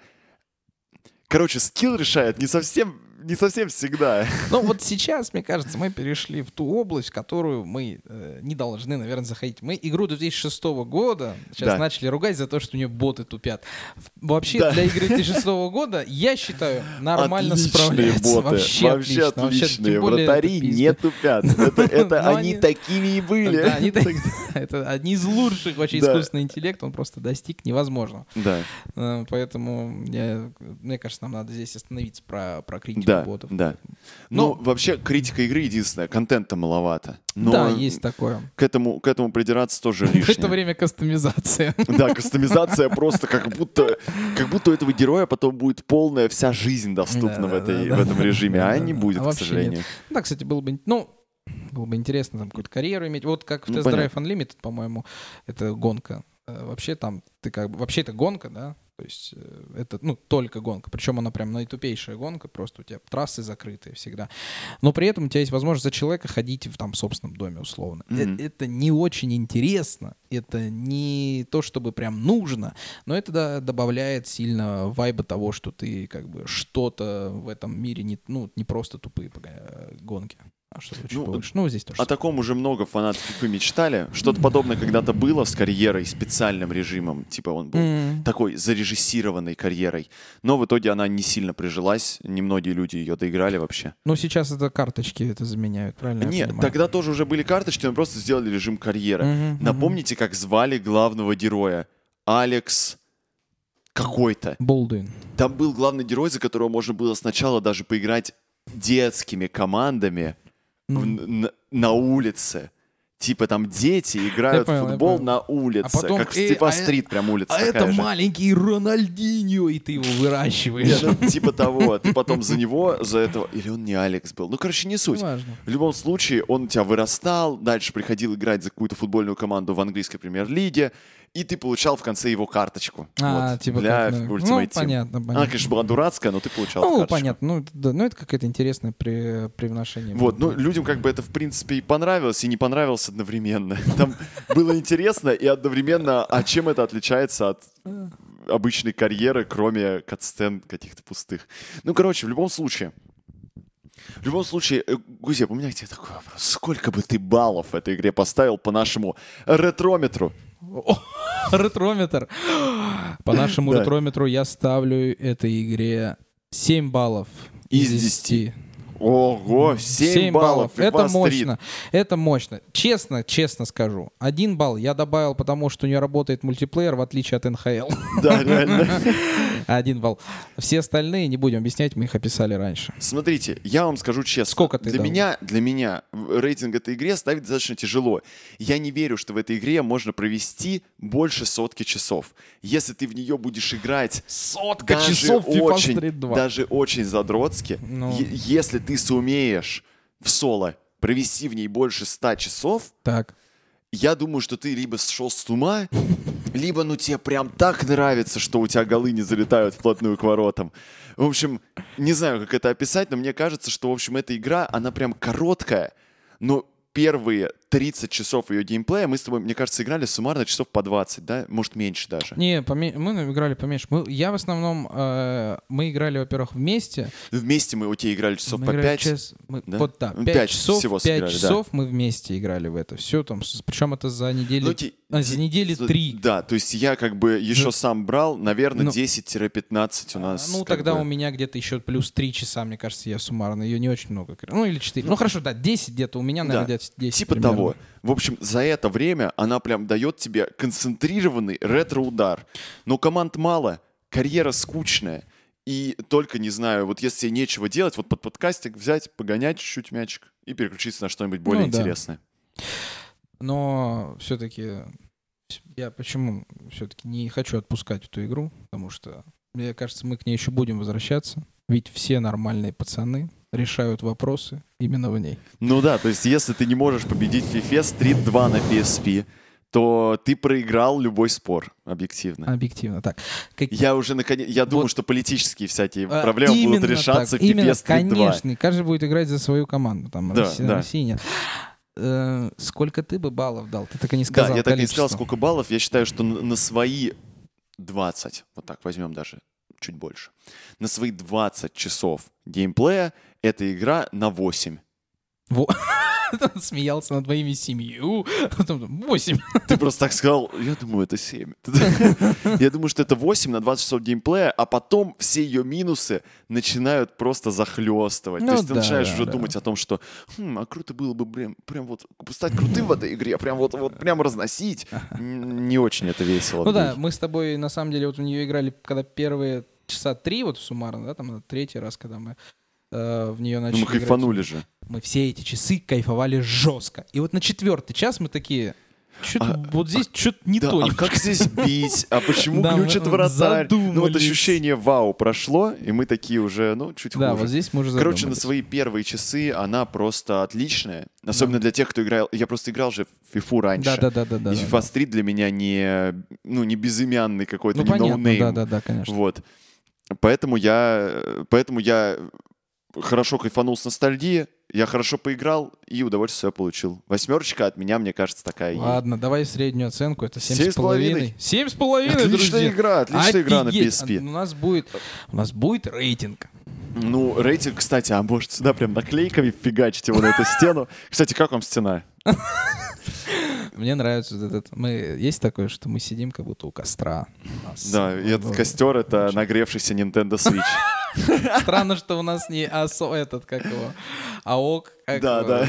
Короче, скилл решает не совсем всегда. Ну вот сейчас, мне кажется, мы перешли в ту область, в которую мы не должны, наверное, заходить. Мы игру 2006 года сейчас начали ругать за то, что у нее боты тупят. Вообще, для игры 2006 года, я считаю, нормально справляется. Боты. Вообще отличные. Вратари не тупят. Это они такими и были. Это одни из лучших вообще искусственный интеллект, он просто достиг невозможного. Да. Поэтому, мне кажется, нам надо здесь остановиться про критику ботов. Да. Ну, вообще, критика игры единственная. Контента маловато. Но да, есть такое. К этому придираться тоже лишнее. В это время кастомизация. Да, кастомизация просто как будто у этого героя потом будет полная вся жизнь доступна в этом режиме, а не будет, к сожалению. Да, кстати, было бы интересно там какую-то карьеру иметь. Вот как в Test Drive Unlimited, по-моему, это гонка. Вообще там ты вообще это гонка, да? То есть это, только гонка. Причем она прям наитупейшая гонка, просто у тебя трассы закрытые всегда. Но при этом у тебя есть возможность за человека ходить в собственном доме условно. Это не очень интересно, это не то, чтобы прям нужно, но это добавляет сильно вайба того, что ты как бы что-то в этом мире не просто тупые гонки. А что-то чуть получше. Здесь тоже. О таком уже много фанатов FIFA мечтали. Что-то подобное когда-то было с карьерой, специальным режимом. Типа он был такой зарежиссированной карьерой. Но в итоге она не сильно прижилась. Немногие люди ее доиграли вообще. Сейчас это карточки это заменяют, правильно? Нет, тогда тоже уже были карточки, но просто сделали режим карьеры. Напомните, как звали главного героя? Алекс какой-то. Болдуин. Там был главный герой, за которого можно было сначала даже поиграть детскими командами. На улице. Типа там дети играют в футбол на улице. Потом, как в FIFA Street прям улица такая это же. маленький Рональдиньо, и ты его выращиваешь. Типа того. Ты потом за этого... Или он не Алекс был. Не суть. Важно. В любом случае, он у тебя вырастал, дальше приходил играть за какую-то футбольную команду в английской премьер-лиге, и ты получал в конце его карточку. Типа для Ultimate Team. Понятно. Она, конечно, была дурацкая, но ты получал карточку. Понятно. Это какое-то интересное привношение. Людям как бы это, в принципе, и понравилось, и не понравилось одновременно. Там было интересно и одновременно, а чем это отличается от обычной карьеры, кроме катсцен каких-то пустых. В любом случае, Гузеп, у меня к тебе такой вопрос. Сколько бы ты баллов этой игре поставил по нашему ретрометру? Ретрометр. По нашему ретрометру я ставлю этой игре 7 баллов из 10. Ого, 7 баллов. Это мощно. Это мощно. Честно скажу. 1 балл я добавил, потому что у нее работает мультиплеер, в отличие от НХЛ. Да, реально. 1 балл. Все остальные, не будем объяснять, мы их описали раньше. Смотрите, я вам скажу честно. Сколько ты для меня рейтинг этой игре ставить достаточно тяжело. Я не верю, что в этой игре можно провести больше 100 часов. Если ты в нее будешь играть 100 часов FIFA Street 2. Даже очень задротски, если ты сумеешь в соло провести в ней больше 100 часов, так. Я думаю, что ты либо сошел с ума, либо тебе прям так нравится, что у тебя голы не залетают вплотную к воротам. В общем, не знаю, как это описать, но мне кажется, что, в общем, эта игра, она прям короткая, но первые 30 часов ее геймплея мы с тобой, мне кажется, играли суммарно часов по 20, да? Может, меньше даже. Не, мы играли поменьше. Я в основном... мы играли, во-первых, вместе. Вместе мы у тебя играли часов по 5. Да? 5 часов, всего 5 часов мы вместе играли в это. Все там, причем это за неделю... за недели 3. Да, то есть я как бы еще сам брал, наверное, 10-15 у нас. Тогда у меня где-то еще плюс 3 часа, мне кажется, я суммарно. Ее не очень много. Или 4. Хорошо, 10 где-то. У меня, наверное, 10 типа примерно. того. В общем, за это время она прям дает тебе концентрированный ретро-удар. Но команд мало, карьера скучная. И только, не знаю, вот если тебе нечего делать, вот под подкастик взять, погонять чуть-чуть мячик и переключиться на что-нибудь более интересное. Но все-таки я почему все-таки не хочу отпускать эту игру, потому что, мне кажется, мы к ней еще будем возвращаться. Ведь все нормальные пацаны решают вопросы именно в ней. Да, то есть если ты не можешь победить в FIFA Street 2 на PSP, то ты проиграл любой спор, объективно. Объективно, так. Я думаю, что политические всякие проблемы будут решаться в FIFA Street 2. Конечно, каждый будет играть за свою команду. Там России нет. Сколько ты бы баллов дал? Ты так и не сказал. Да, я так и не сказал, сколько баллов. Я считаю, что на свои 20, вот так возьмем даже чуть больше, на свои 20 часов геймплея эта игра на 8. Он смеялся над моими 7. 8. Ты просто так сказал, я думаю, это 7. Я думаю, что это 8 на 20 часов геймплея, а потом все ее минусы начинают просто захлестывать. То есть ты начинаешь уже думать о том, что а круто было бы прям вот стать крутым в этой игре, прям вот прям разносить. Не очень это весело. Да, мы с тобой на самом деле вот в нее играли, когда первые часа 3 вот суммарно, да, там третий раз, когда мы в нее начали мы кайфанули же. Мы все эти часы кайфовали жестко. И вот на 4-й час мы такие... Вот здесь что-то не Да, то. а как здесь бить? А почему Да, глючит мы вратарь? Ну вот задумались. ощущение вау прошло, и мы такие уже, чуть Да, хуже. вот здесь мы уже Короче, на задумались. свои первые часы она просто отличная. Особенно для тех, кто играл. Я просто играл же в FIFA раньше. Да. И FIFA Street для меня не безымянный какой-то, Ну, не понятно, ноунейм. да, конечно. Вот. Поэтому я хорошо кайфанул с ностальгии, я хорошо поиграл и удовольствие свое получил. 8 от меня, мне кажется, такая и есть. Ладно, давай среднюю оценку, это 7,5. 7,5, Отличная друзья. игра, отличная игра на Офигеть. PSP. У нас будет рейтинг. Ну, рейтинг, кстати, может сюда прям наклейками фигачить его на эту стену. Кстати, как вам стена? Мне нравится вот этот... Есть такое, что мы сидим как будто у костра. Да, и этот костер — это нагревшийся Nintendo Switch. Странно, что у нас не как его, АОК. Да.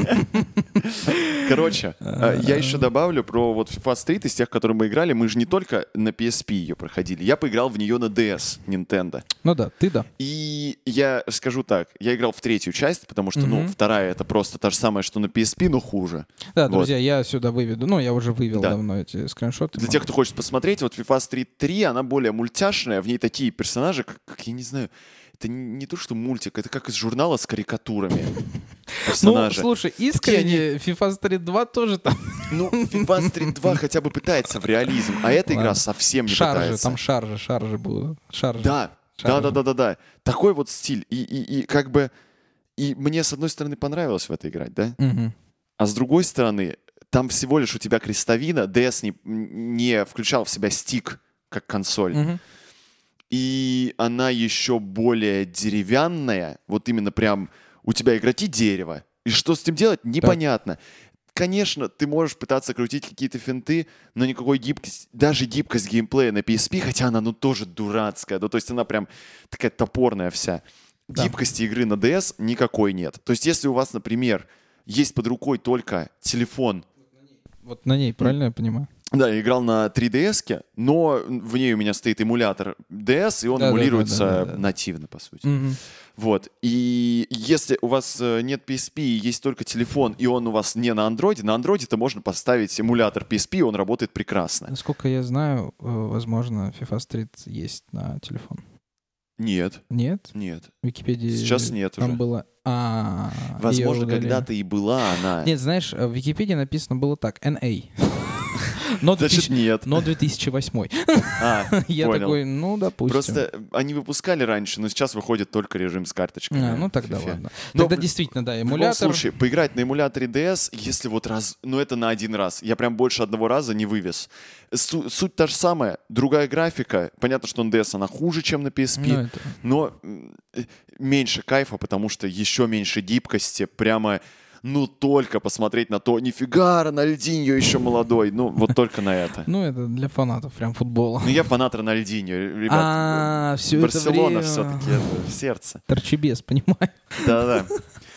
Короче, я еще добавлю про вот FIFA Street из тех, которые мы играли. Мы же не только на PSP ее проходили. Я поиграл в нее на DS Nintendo. Ну да, ты да. И я скажу так, я играл в третью часть, потому что, вторая — это просто та же самая, что на PSP, но хуже. Да, Вот. друзья, я сюда выведу. Я уже вывел Да. давно эти скриншоты. Для тех, кто хочет посмотреть, вот FIFA Street 3, она более мультяшная, в ней такие персонажи, как я не знаю, это не то, что мультик, это как из журнала с карикатурами персонажи. Слушай, искренне, FIFA Street 2 тоже там FIFA Street 2 хотя бы пытается в реализм, а эта игра совсем не пытается. там шаржи будут. Да. Такой вот стиль. И как бы... И мне, с одной стороны, понравилось в это играть, да? Мгм. А с другой стороны, там всего лишь у тебя крестовина, DS не включал в себя стик как консоль. Мгм. И она еще более деревянная. Вот именно прям у тебя игроки дерево. И что с этим делать, непонятно. Конечно, ты можешь пытаться крутить какие-то финты, но никакой гибкости, даже гибкость геймплея на PSP, хотя она тоже дурацкая. То есть она прям такая топорная вся. Да. Гибкости игры на DS никакой нет. То есть если у вас, например, есть под рукой только телефон. Вот на ней, правильно я понимаю? Да, я играл на 3DS-ке, но в ней у меня стоит эмулятор DS, и он эмулируется нативно, по сути. Мгм. Вот. И если у вас нет PSP, и есть только телефон, и он у вас не на андроиде-то можно поставить эмулятор PSP, и он работает прекрасно. Насколько я знаю, возможно, FIFA Street есть на телефон. Нет. Нет? Нет. В Википедии Сейчас нет там уже. было... Возможно, её удалили. когда-то и была она. Нет, знаешь, в Википедии написано было так, NA. Но Значит, нет. Но 2008. Я понял. такой, допустим. Просто они выпускали раньше, но сейчас выходит только режим с карточкой. Ну тогда в FIFA. ладно. Но Тогда действительно, да, В любом эмулятор. случае, поиграть на эмуляторе DS, если вот это на один раз. Я прям больше одного раза не вывез. Суть та же самая, другая графика. Понятно, что на DS она хуже, чем на PSP, но меньше кайфа, потому что еще меньше гибкости. Прямо, только посмотреть на то, нифига, Рональдиньо еще молодой. Вот только на это. Это для фанатов прям футбола. Я фанат Рональдиньо, ребят. Все Барселона это время... все-таки в сердце. Торчебес, понимаю. Да.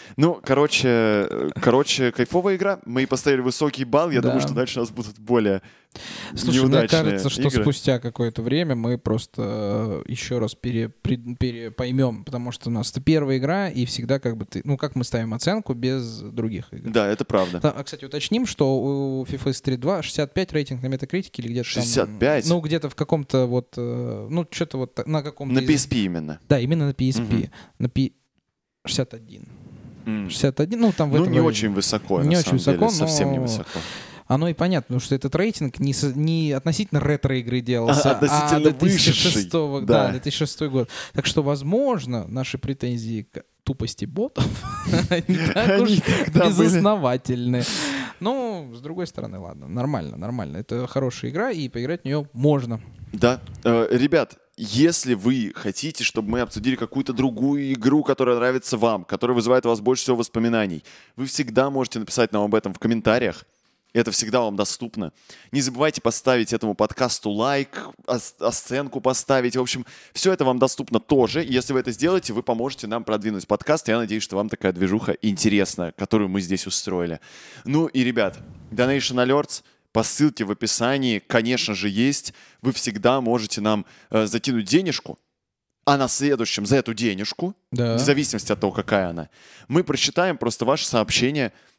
Короче, кайфовая игра. Мы поставили высокий балл. Я думаю, что дальше у нас будут более Слушай, неудачные мне кажется, что игры. спустя какое-то время мы просто еще раз поймем, потому что у нас это первая игра, и всегда как мы ставим оценку без других игр. Да, это правда. Кстати, уточним, что у FIFA Street 2 65 рейтинг на Metacritic или где-то 65? там... где-то в каком-то что-то вот на каком-то... На PSP именно. Да, именно на PSP. На 61. 61, там в этом... Не очень высоко, не на очень самом деле, высоко, совсем не но высоко. Оно и понятно, потому что этот рейтинг не относительно ретро-игры делался, относительно 2006 высший. Да, 2006 год. Так что, возможно, наши претензии к тупости ботов не так уж безосновательны. С другой стороны, ладно, нормально. Это хорошая игра, и поиграть в нее можно. Да. Ребят, если вы хотите, чтобы мы обсудили какую-то другую игру, которая нравится вам, которая вызывает у вас больше всего воспоминаний, вы всегда можете написать нам об этом в комментариях. Это всегда вам доступно. Не забывайте поставить этому подкасту лайк, оценку поставить. В общем, все это вам доступно тоже. И если вы это сделаете, вы поможете нам продвинуть подкаст. Я надеюсь, что вам такая движуха интересна, которую мы здесь устроили. И, ребят, Donation Alerts по ссылке в описании, конечно же, есть. Вы всегда можете нам закинуть денежку, а на следующем за эту денежку, Да. в зависимости от того, какая она, мы прочитаем просто ваше сообщение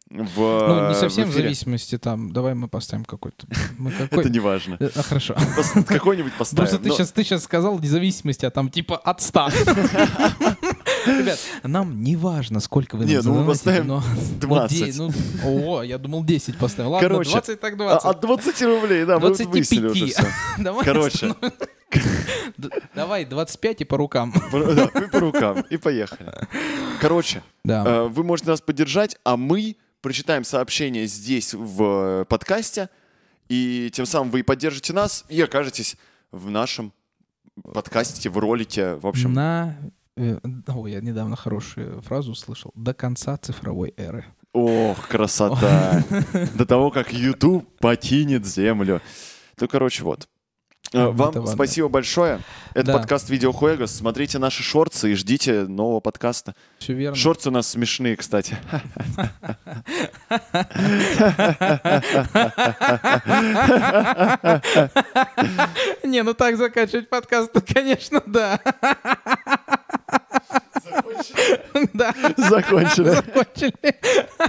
в не совсем в в эфире. зависимости там. Давай мы поставим какой-то. Это не важно. Хорошо. Какой-нибудь поставим. Просто ты сейчас сказал независимости, а там типа от 100. Ребят, нам не важно, сколько вы Не, нам ну мы задонатите, поставим но... 20. О, я думал 10 поставим. Ладно, Короче, 20 так 20. От 20 рублей, да, мы 25. выяснили уже все. Давай Короче. Давай 25 и по рукам. Да, и по рукам, и поехали. Короче, Да. вы можете нас поддержать, а мы прочитаем сообщение здесь в подкасте, и тем самым вы и поддержите нас, и окажетесь в нашем подкасте, в ролике, в общем. Ой, я недавно хорошую фразу услышал. До конца цифровой эры. Ох, красота. До того, как YouTube покинет землю. Ну, короче, вот. Вам спасибо большое. Это подкаст Видео Хуэгос. Смотрите наши шортсы и ждите нового подкаста. Все верно. Шортсы у нас смешные, кстати. Не, ну так заканчивать подкаст, конечно, да. Закончили. Закончили.